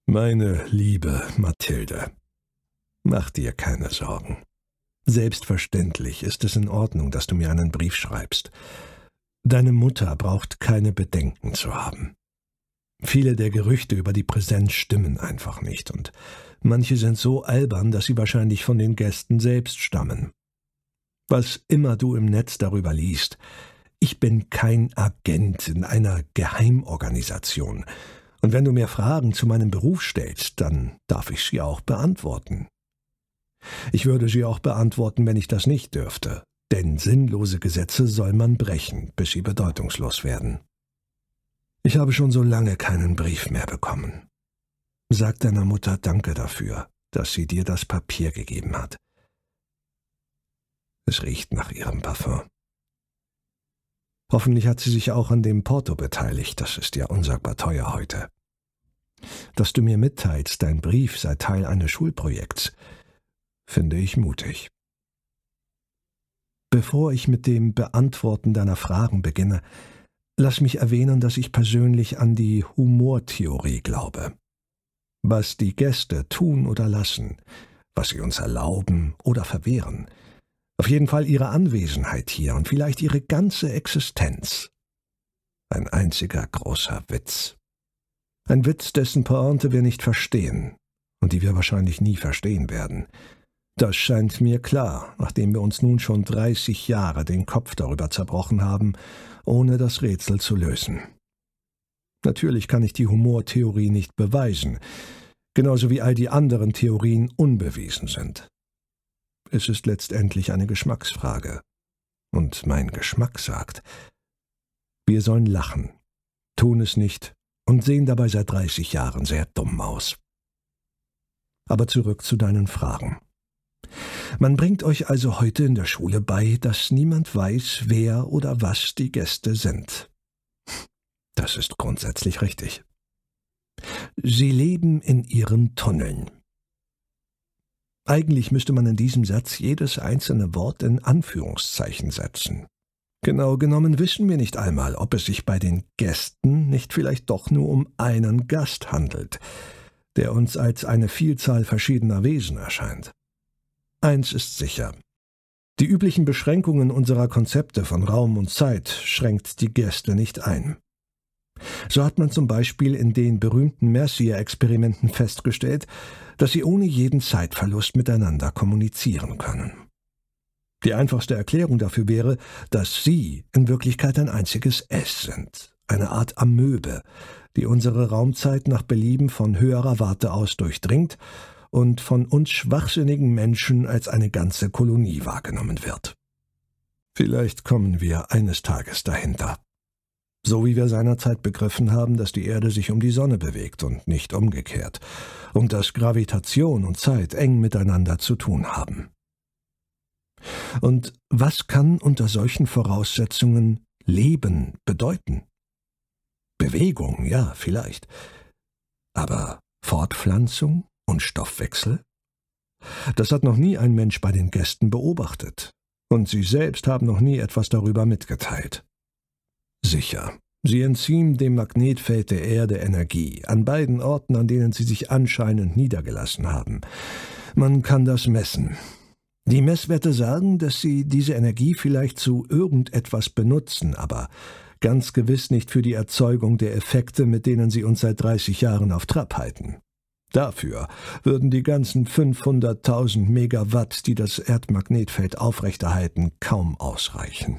Meine liebe Mathilde, mach dir keine Sorgen. Selbstverständlich ist es in Ordnung, dass du mir einen Brief schreibst. Deine Mutter braucht keine Bedenken zu haben. Viele der Gerüchte über die Präsenz stimmen einfach nicht, und manche sind so albern, dass sie wahrscheinlich von den Gästen selbst stammen. Was immer du im Netz darüber liest, ich bin kein Agent in einer Geheimorganisation, und wenn du mir Fragen zu meinem Beruf stellst, dann darf ich sie auch beantworten. Ich würde sie auch beantworten, wenn ich das nicht dürfte, denn sinnlose Gesetze soll man brechen, bis sie bedeutungslos werden. Ich habe schon so lange keinen Brief mehr bekommen. Sag deiner Mutter Danke dafür, dass sie dir das Papier gegeben hat. Es riecht nach ihrem Parfum. Hoffentlich hat sie sich auch an dem Porto beteiligt, das ist ja unsagbar teuer heute. Dass du mir mitteilst, dein Brief sei Teil eines Schulprojekts, finde ich mutig. Bevor ich mit dem Beantworten deiner Fragen beginne, lass mich erwähnen, dass ich persönlich an die Humortheorie glaube. Was die Gäste tun oder lassen, was sie uns erlauben oder verwehren, auf jeden Fall ihre Anwesenheit hier und vielleicht ihre ganze Existenz. Ein einziger großer Witz. Ein Witz, dessen Pointe wir nicht verstehen und die wir wahrscheinlich nie verstehen werden. Das scheint mir klar, nachdem wir uns nun schon 30 Jahre den Kopf darüber zerbrochen haben, ohne das Rätsel zu lösen. Natürlich kann ich die Humortheorie nicht beweisen, genauso wie all die anderen Theorien unbewiesen sind. Es ist letztendlich eine Geschmacksfrage. Und mein Geschmack sagt, wir sollen lachen, tun es nicht und sehen dabei seit 30 Jahren sehr dumm aus. Aber zurück zu deinen Fragen. Man bringt euch also heute in der Schule bei, dass niemand weiß, wer oder was die Gäste sind. Das ist grundsätzlich richtig. Sie leben in ihren Tunneln. Eigentlich müsste man in diesem Satz jedes einzelne Wort in Anführungszeichen setzen. Genau genommen wissen wir nicht einmal, ob es sich bei den Gästen nicht vielleicht doch nur um einen Gast handelt, der uns als eine Vielzahl verschiedener Wesen erscheint. Eins ist sicher: Die üblichen Beschränkungen unserer Konzepte von Raum und Zeit schränkt die Gäste nicht ein. So hat man zum Beispiel in den berühmten Mercier-Experimenten festgestellt, dass sie ohne jeden Zeitverlust miteinander kommunizieren können. Die einfachste Erklärung dafür wäre, dass sie in Wirklichkeit ein einziges Es sind, eine Art Amöbe, die unsere Raumzeit nach Belieben von höherer Warte aus durchdringt und von uns schwachsinnigen Menschen als eine ganze Kolonie wahrgenommen wird. Vielleicht kommen wir eines Tages dahinter. So wie wir seinerzeit begriffen haben, dass die Erde sich um die Sonne bewegt und nicht umgekehrt, und dass Gravitation und Zeit eng miteinander zu tun haben. Und was kann unter solchen Voraussetzungen Leben bedeuten? Bewegung, ja, vielleicht. Aber Fortpflanzung und Stoffwechsel? Das hat noch nie ein Mensch bei den Gästen beobachtet, und sie selbst haben noch nie etwas darüber mitgeteilt. Sicher, sie entziehen dem Magnetfeld der Erde Energie, an beiden Orten, an denen sie sich anscheinend niedergelassen haben. Man kann das messen. Die Messwerte sagen, dass sie diese Energie vielleicht zu irgendetwas benutzen, aber ganz gewiss nicht für die Erzeugung der Effekte, mit denen sie uns seit 30 Jahren auf Trab halten. Dafür würden die ganzen 500.000 Megawatt, die das Erdmagnetfeld aufrechterhalten, kaum ausreichen.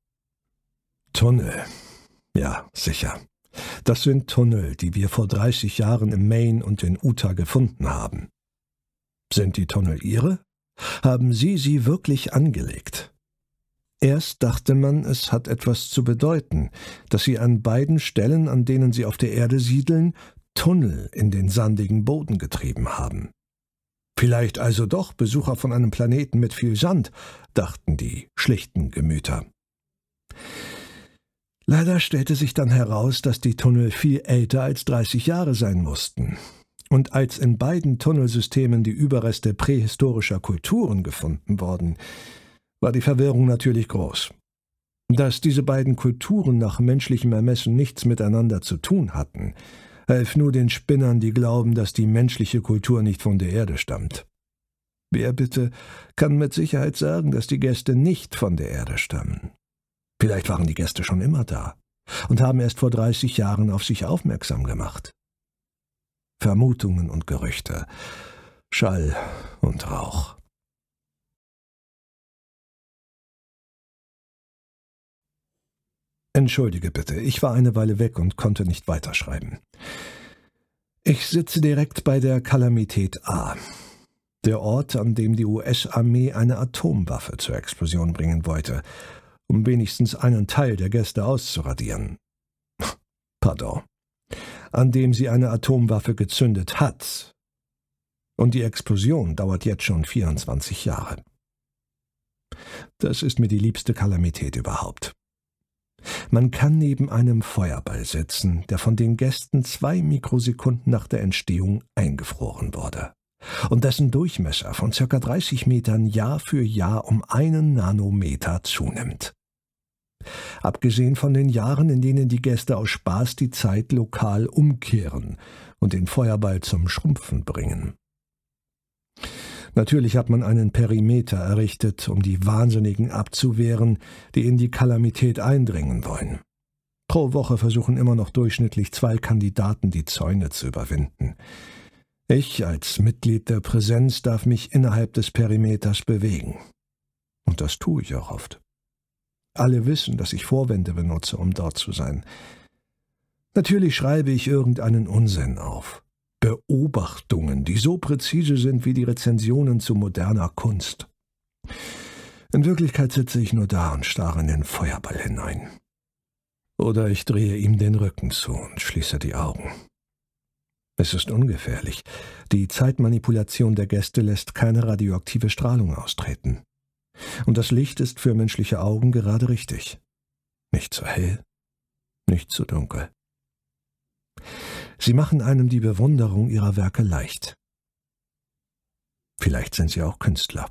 Tunnel. Ja, sicher. Das sind Tunnel, die wir vor 30 Jahren im Maine und in Utah gefunden haben. Sind die Tunnel Ihre? Haben Sie sie wirklich angelegt? Erst dachte man, es hat etwas zu bedeuten, dass Sie an beiden Stellen, an denen Sie auf der Erde siedeln, Tunnel in den sandigen Boden getrieben haben. Vielleicht also doch Besucher von einem Planeten mit viel Sand, dachten die schlichten Gemüter. Leider stellte sich dann heraus, dass die Tunnel viel älter als 30 Jahre sein mussten. Und als in beiden Tunnelsystemen die Überreste prähistorischer Kulturen gefunden wurden, war die Verwirrung natürlich groß. Dass diese beiden Kulturen nach menschlichem Ermessen nichts miteinander zu tun hatten, Helf nur den Spinnern, die glauben, dass die menschliche Kultur nicht von der Erde stammt. Wer bitte kann mit Sicherheit sagen, dass die Gäste nicht von der Erde stammen? Vielleicht waren die Gäste schon immer da und haben erst vor 30 Jahren auf sich aufmerksam gemacht. Vermutungen und Gerüchte, Schall und Rauch. Entschuldige bitte, ich war eine Weile weg und konnte nicht weiterschreiben. Ich sitze direkt bei der Kalamität A, der Ort, an dem die US-Armee eine Atomwaffe zur Explosion bringen wollte, um wenigstens einen Teil der Gäste auszuradieren. Pardon. An dem sie eine Atomwaffe gezündet hat. Und die Explosion dauert jetzt schon 24 Jahre. Das ist mir die liebste Kalamität überhaupt. Man kann neben einem Feuerball sitzen, der von den Gästen 2 Mikrosekunden nach der Entstehung eingefroren wurde und dessen Durchmesser von ca. 30 Metern Jahr für Jahr um 1 Nanometer zunimmt. Abgesehen von den Jahren, in denen die Gäste aus Spaß die Zeit lokal umkehren und den Feuerball zum Schrumpfen bringen. Natürlich hat man einen Perimeter errichtet, um die Wahnsinnigen abzuwehren, die in die Kalamität eindringen wollen. Pro Woche versuchen immer noch durchschnittlich 2 Kandidaten, die Zäune zu überwinden. Ich als Mitglied der Präsenz darf mich innerhalb des Perimeters bewegen. Und das tue ich auch oft. Alle wissen, dass ich Vorwände benutze, um dort zu sein. Natürlich schreibe ich irgendeinen Unsinn auf. Beobachtungen, die so präzise sind wie die Rezensionen zu moderner Kunst. In Wirklichkeit sitze ich nur da und starre in den Feuerball hinein. Oder ich drehe ihm den Rücken zu und schließe die Augen. Es ist ungefährlich. Die Zeitmanipulation der Gäste lässt keine radioaktive Strahlung austreten. Und das Licht ist für menschliche Augen gerade richtig. Nicht zu hell, nicht zu dunkel. Sie machen einem die Bewunderung ihrer Werke leicht. Vielleicht sind sie auch Künstler.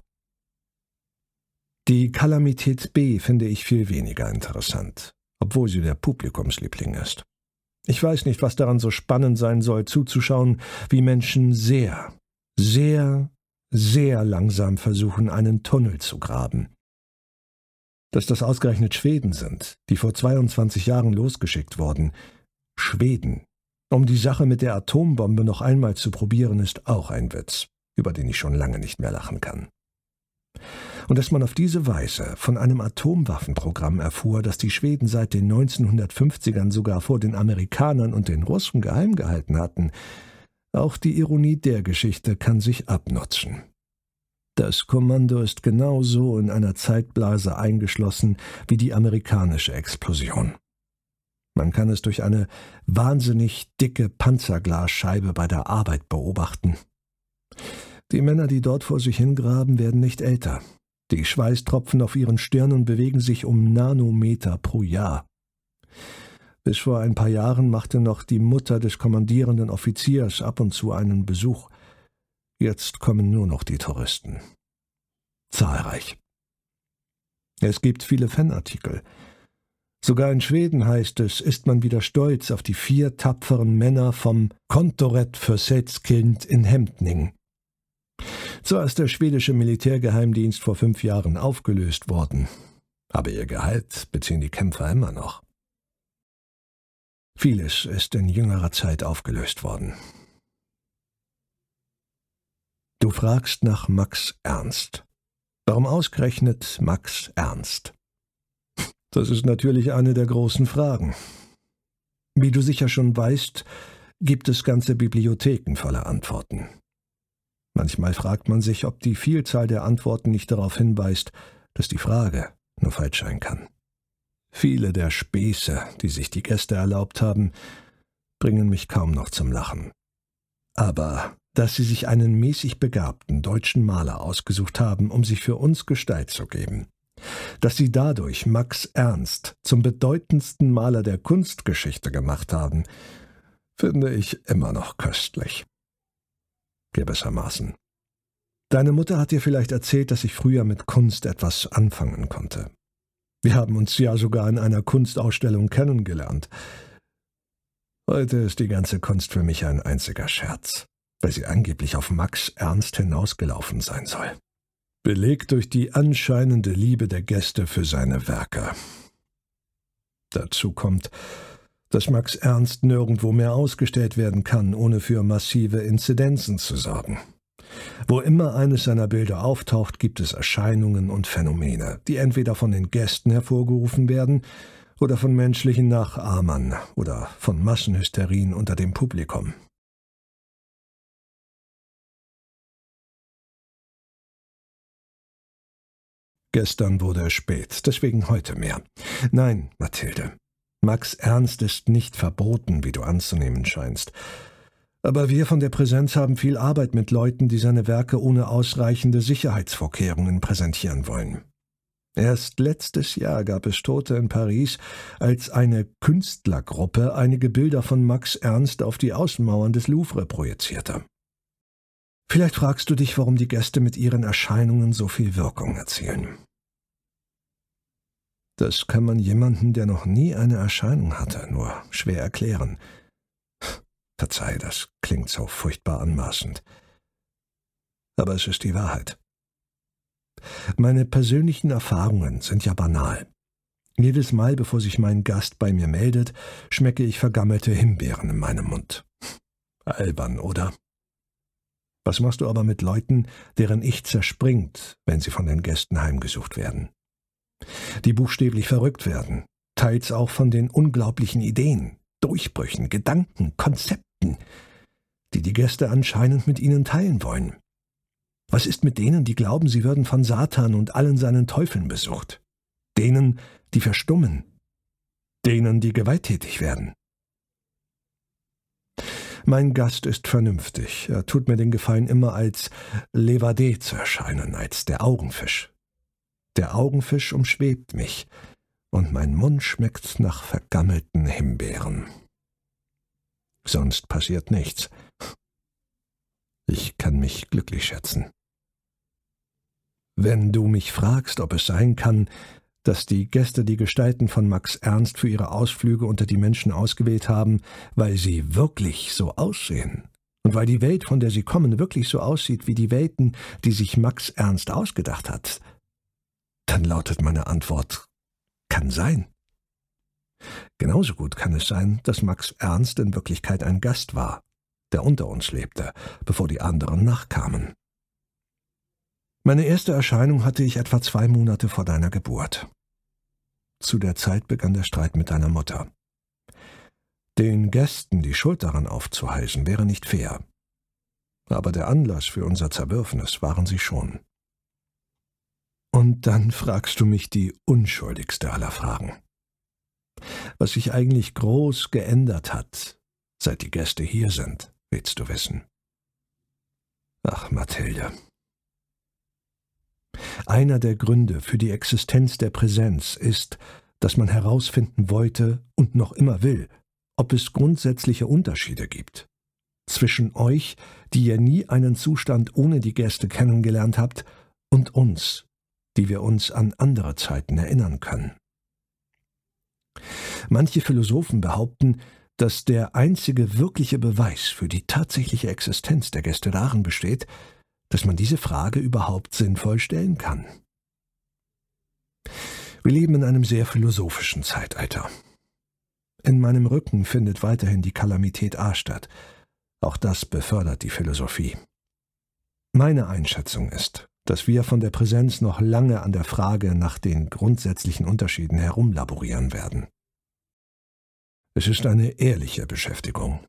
Die Kalamität B finde ich viel weniger interessant, obwohl sie der Publikumsliebling ist. Ich weiß nicht, was daran so spannend sein soll, zuzuschauen, wie Menschen sehr, sehr, sehr langsam versuchen, einen Tunnel zu graben. Dass das ausgerechnet Schweden sind, die vor 22 Jahren losgeschickt wurden. Schweden. Um die Sache mit der Atombombe noch einmal zu probieren, ist auch ein Witz, über den ich schon lange nicht mehr lachen kann. Und dass man auf diese Weise von einem Atomwaffenprogramm erfuhr, das die Schweden seit den 1950ern sogar vor den Amerikanern und den Russen geheim gehalten hatten, auch die Ironie der Geschichte kann sich abnutzen. Das Kommando ist genauso in einer Zeitblase eingeschlossen wie die amerikanische Explosion. Man kann es durch eine wahnsinnig dicke Panzerglasscheibe bei der Arbeit beobachten. Die Männer, die dort vor sich hingraben, werden nicht älter. Die Schweißtropfen auf ihren Stirnen bewegen sich um Nanometer pro Jahr. Bis vor ein paar Jahren machte noch die Mutter des kommandierenden Offiziers ab und zu einen Besuch. Jetzt kommen nur noch die Touristen. Zahlreich. Es gibt viele Fanartikel. Sogar in Schweden heißt es, ist man wieder stolz auf die 4 tapferen Männer vom Kontoret för Sällskind in Hemtning. Zwar ist der schwedische Militärgeheimdienst vor 5 Jahren aufgelöst worden, aber ihr Gehalt beziehen die Kämpfer immer noch. Vieles ist in jüngerer Zeit aufgelöst worden. Du fragst nach Max Ernst. Warum ausgerechnet Max Ernst? Das ist natürlich eine der großen Fragen. Wie du sicher schon weißt, gibt es ganze Bibliotheken voller Antworten. Manchmal fragt man sich, ob die Vielzahl der Antworten nicht darauf hinweist, dass die Frage nur falsch sein kann. Viele der Späße, die sich die Gäste erlaubt haben, bringen mich kaum noch zum Lachen. Aber dass sie sich einen mäßig begabten deutschen Maler ausgesucht haben, um sich für uns Gestalt zu geben, dass sie dadurch Max Ernst zum bedeutendsten Maler der Kunstgeschichte gemacht haben, finde ich immer noch köstlich. Gewissermaßen. Deine Mutter hat dir vielleicht erzählt, dass ich früher mit Kunst etwas anfangen konnte. Wir haben uns ja sogar in einer Kunstausstellung kennengelernt. Heute ist die ganze Kunst für mich ein einziger Scherz, weil sie angeblich auf Max Ernst hinausgelaufen sein soll. Belegt durch die anscheinende Liebe der Gäste für seine Werke. Dazu kommt, dass Max Ernst nirgendwo mehr ausgestellt werden kann, ohne für massive Inzidenzen zu sorgen. Wo immer eines seiner Bilder auftaucht, gibt es Erscheinungen und Phänomene, die entweder von den Gästen hervorgerufen werden oder von menschlichen Nachahmern oder von Massenhysterien unter dem Publikum. Gestern wurde es spät, deswegen heute mehr. Nein, Mathilde, Max Ernst ist nicht verboten, wie du anzunehmen scheinst. Aber wir von der Präsenz haben viel Arbeit mit Leuten, die seine Werke ohne ausreichende Sicherheitsvorkehrungen präsentieren wollen. Erst letztes Jahr gab es Tote in Paris, als eine Künstlergruppe einige Bilder von Max Ernst auf die Außenmauern des Louvre projizierte. Vielleicht fragst du dich, warum die Gäste mit ihren Erscheinungen so viel Wirkung erzielen. Das kann man jemandem, der noch nie eine Erscheinung hatte, nur schwer erklären. Verzeih, das klingt so furchtbar anmaßend. Aber es ist die Wahrheit. Meine persönlichen Erfahrungen sind ja banal. Jedes Mal, bevor sich mein Gast bei mir meldet, schmecke ich vergammelte Himbeeren in meinem Mund. Albern, oder? Was machst du aber mit Leuten, deren Ich zerspringt, wenn sie von den Gästen heimgesucht werden? Die buchstäblich verrückt werden, teils auch von den unglaublichen Ideen, Durchbrüchen, Gedanken, Konzepten, die die Gäste anscheinend mit ihnen teilen wollen. Was ist mit denen, die glauben, sie würden von Satan und allen seinen Teufeln besucht? Denen, die verstummen? Denen, die gewalttätig werden? Mein Gast ist vernünftig. Er tut mir den Gefallen, immer als Levade zu erscheinen, als der Augenfisch. Der Augenfisch umschwebt mich, und mein Mund schmeckt nach vergammelten Himbeeren. Sonst passiert nichts. Ich kann mich glücklich schätzen. Wenn du mich fragst, ob es sein kann, dass die Gäste die Gestalten von Max Ernst für ihre Ausflüge unter die Menschen ausgewählt haben, weil sie wirklich so aussehen und weil die Welt, von der sie kommen, wirklich so aussieht wie die Welten, die sich Max Ernst ausgedacht hat, dann lautet meine Antwort: kann sein. Genauso gut kann es sein, dass Max Ernst in Wirklichkeit ein Gast war, der unter uns lebte, bevor die anderen nachkamen. Meine erste Erscheinung hatte ich etwa 2 Monate vor deiner Geburt. Zu der Zeit begann der Streit mit deiner Mutter. Den Gästen die Schuld daran aufzuhalsen, wäre nicht fair. Aber der Anlass für unser Zerwürfnis waren sie schon. Und dann fragst du mich die unschuldigste aller Fragen. Was sich eigentlich groß geändert hat, seit die Gäste hier sind, willst du wissen. Ach, Mathilde. Einer der Gründe für die Existenz der Präsenz ist, dass man herausfinden wollte und noch immer will, ob es grundsätzliche Unterschiede gibt. Zwischen euch, die ihr nie einen Zustand ohne die Gäste kennengelernt habt, und uns, die wir uns an andere Zeiten erinnern können. Manche Philosophen behaupten, dass der einzige wirkliche Beweis für die tatsächliche Existenz der Gäste darin besteht, dass man diese Frage überhaupt sinnvoll stellen kann. Wir leben in einem sehr philosophischen Zeitalter. In meinem Rücken findet weiterhin die Kalamität A statt. Auch das befördert die Philosophie. Meine Einschätzung ist, dass wir von der Präsenz noch lange an der Frage nach den grundsätzlichen Unterschieden herumlaborieren werden. Es ist eine ehrliche Beschäftigung.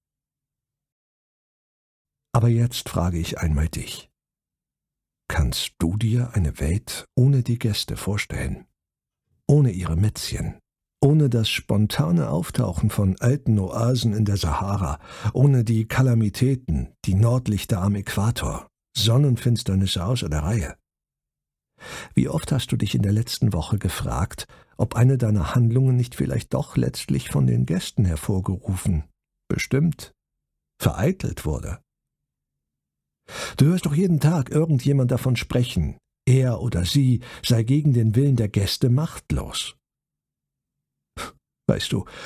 Aber jetzt frage ich einmal dich. Kannst du dir eine Welt ohne die Gäste vorstellen? Ohne ihre Mätzchen? Ohne das spontane Auftauchen von alten Oasen in der Sahara? Ohne die Kalamitäten, die Nordlichter am Äquator? Sonnenfinsternisse außer der Reihe? Wie oft hast du dich in der letzten Woche gefragt, ob eine deiner Handlungen nicht vielleicht doch letztlich von den Gästen hervorgerufen, bestimmt, vereitelt wurde? Du hörst doch jeden Tag irgendjemand davon sprechen, er oder sie sei gegen den Willen der Gäste machtlos. Weißt du,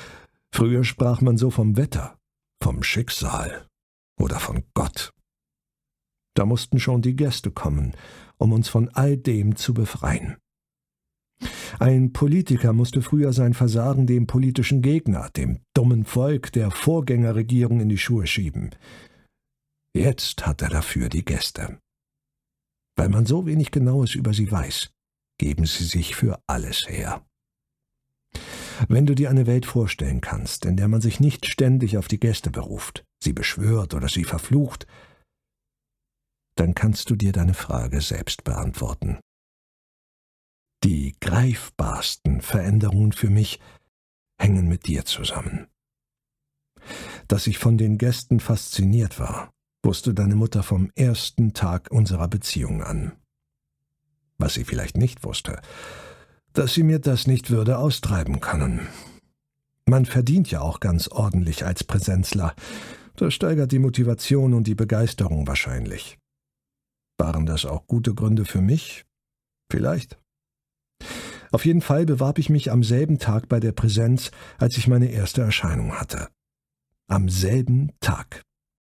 Früher sprach man so vom Wetter, vom Schicksal oder von Gott. Da mussten schon die Gäste kommen, um uns von all dem zu befreien. Ein Politiker musste früher sein Versagen dem politischen Gegner, dem dummen Volk der Vorgängerregierung in die Schuhe schieben. Jetzt hat er dafür die Gäste. Weil man so wenig Genaues über sie weiß, geben sie sich für alles her. Wenn du dir eine Welt vorstellen kannst, in der man sich nicht ständig auf die Gäste beruft, sie beschwört oder sie verflucht, dann kannst du dir deine Frage selbst beantworten. Die greifbarsten Veränderungen für mich hängen mit dir zusammen. Dass ich von den Gästen fasziniert war, wusste deine Mutter vom ersten Tag unserer Beziehung an. Was sie vielleicht nicht wusste, dass sie mir das nicht würde austreiben können. Man verdient ja auch ganz ordentlich als Präsenzler. Das steigert die Motivation und die Begeisterung wahrscheinlich. Waren das auch gute Gründe für mich? Vielleicht. Auf jeden Fall bewarb ich mich am selben Tag bei der Präsenz, als ich meine erste Erscheinung hatte. Am selben Tag.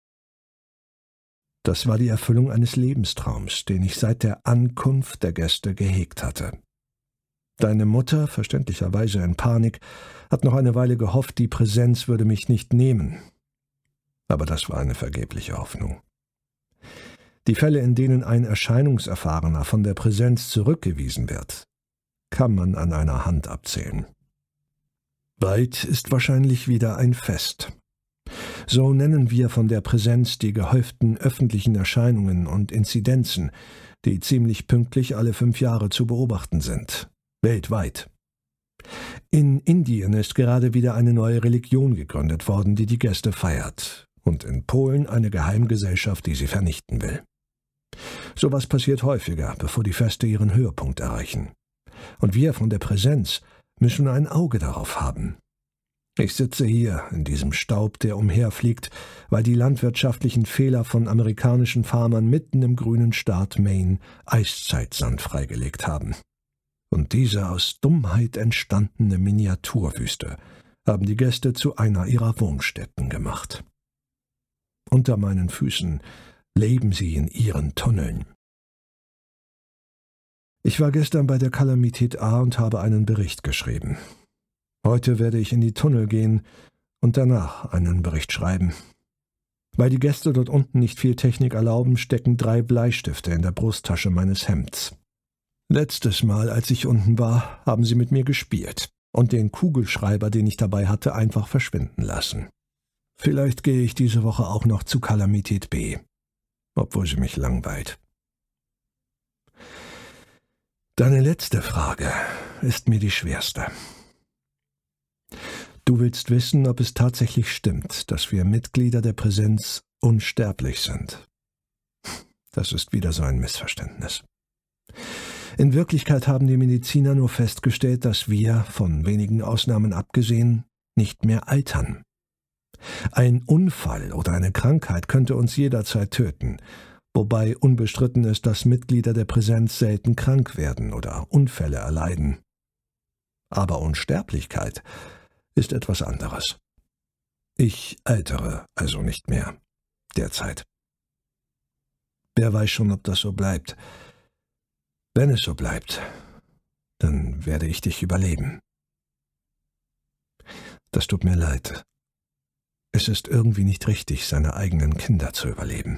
Das war die Erfüllung eines Lebenstraums, den ich seit der Ankunft der Gäste gehegt hatte. Deine Mutter, verständlicherweise in Panik, hat noch eine Weile gehofft, die Präsenz würde mich nicht nehmen. Aber das war eine vergebliche Hoffnung. Die Fälle, in denen ein Erscheinungserfahrener von der Präsenz zurückgewiesen wird, kann man an einer Hand abzählen. Bald ist wahrscheinlich wieder ein Fest. So nennen wir von der Präsenz die gehäuften öffentlichen Erscheinungen und Inzidenzen, die ziemlich pünktlich alle 5 Jahre zu beobachten sind. Weltweit. In Indien ist gerade wieder eine neue Religion gegründet worden, die die Gäste feiert, und in Polen eine Geheimgesellschaft, die sie vernichten will. Sowas passiert häufiger, bevor die Feste ihren Höhepunkt erreichen. Und wir von der Präsenz müssen ein Auge darauf haben. Ich sitze hier in diesem Staub, der umherfliegt, weil die landwirtschaftlichen Fehler von amerikanischen Farmern mitten im grünen Staat Maine Eiszeitsand freigelegt haben. Und diese aus Dummheit entstandene Miniaturwüste haben die Gäste zu einer ihrer Wohnstätten gemacht. Unter meinen Füßen leben sie in ihren Tunneln. Ich war gestern bei der Kalamität A und habe einen Bericht geschrieben. Heute werde ich in die Tunnel gehen und danach einen Bericht schreiben. Weil die Gäste dort unten nicht viel Technik erlauben, stecken 3 Bleistifte in der Brusttasche meines Hemds. Letztes Mal, als ich unten war, haben sie mit mir gespielt und den Kugelschreiber, den ich dabei hatte, einfach verschwinden lassen. Vielleicht gehe ich diese Woche auch noch zu Kalamität B, obwohl sie mich langweilt. Deine letzte Frage ist mir die schwerste. Du willst wissen, ob es tatsächlich stimmt, dass wir Mitglieder der Präsenz unsterblich sind. Das ist wieder so ein Missverständnis. In Wirklichkeit haben die Mediziner nur festgestellt, dass wir, von wenigen Ausnahmen abgesehen, nicht mehr altern. Ein Unfall oder eine Krankheit könnte uns jederzeit töten, wobei unbestritten ist, dass Mitglieder der Präsenz selten krank werden oder Unfälle erleiden. Aber Unsterblichkeit ist etwas anderes. Ich altere also nicht mehr, derzeit. Wer weiß schon, ob das so bleibt. Wenn es so bleibt, dann werde ich dich überleben. Das tut mir leid. Es ist irgendwie nicht richtig, seine eigenen Kinder zu überleben.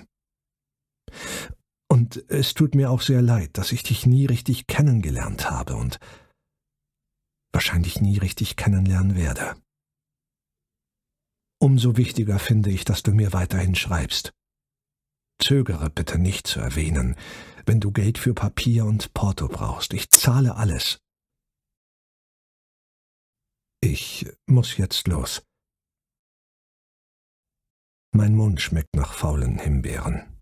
Und es tut mir auch sehr leid, dass ich dich nie richtig kennengelernt habe und wahrscheinlich nie richtig kennenlernen werde. Umso wichtiger finde ich, dass du mir weiterhin schreibst. Zögere bitte nicht zu erwähnen, wenn du Geld für Papier und Porto brauchst. Ich zahle alles. Ich muss jetzt los. Mein Mund schmeckt nach faulen Himbeeren.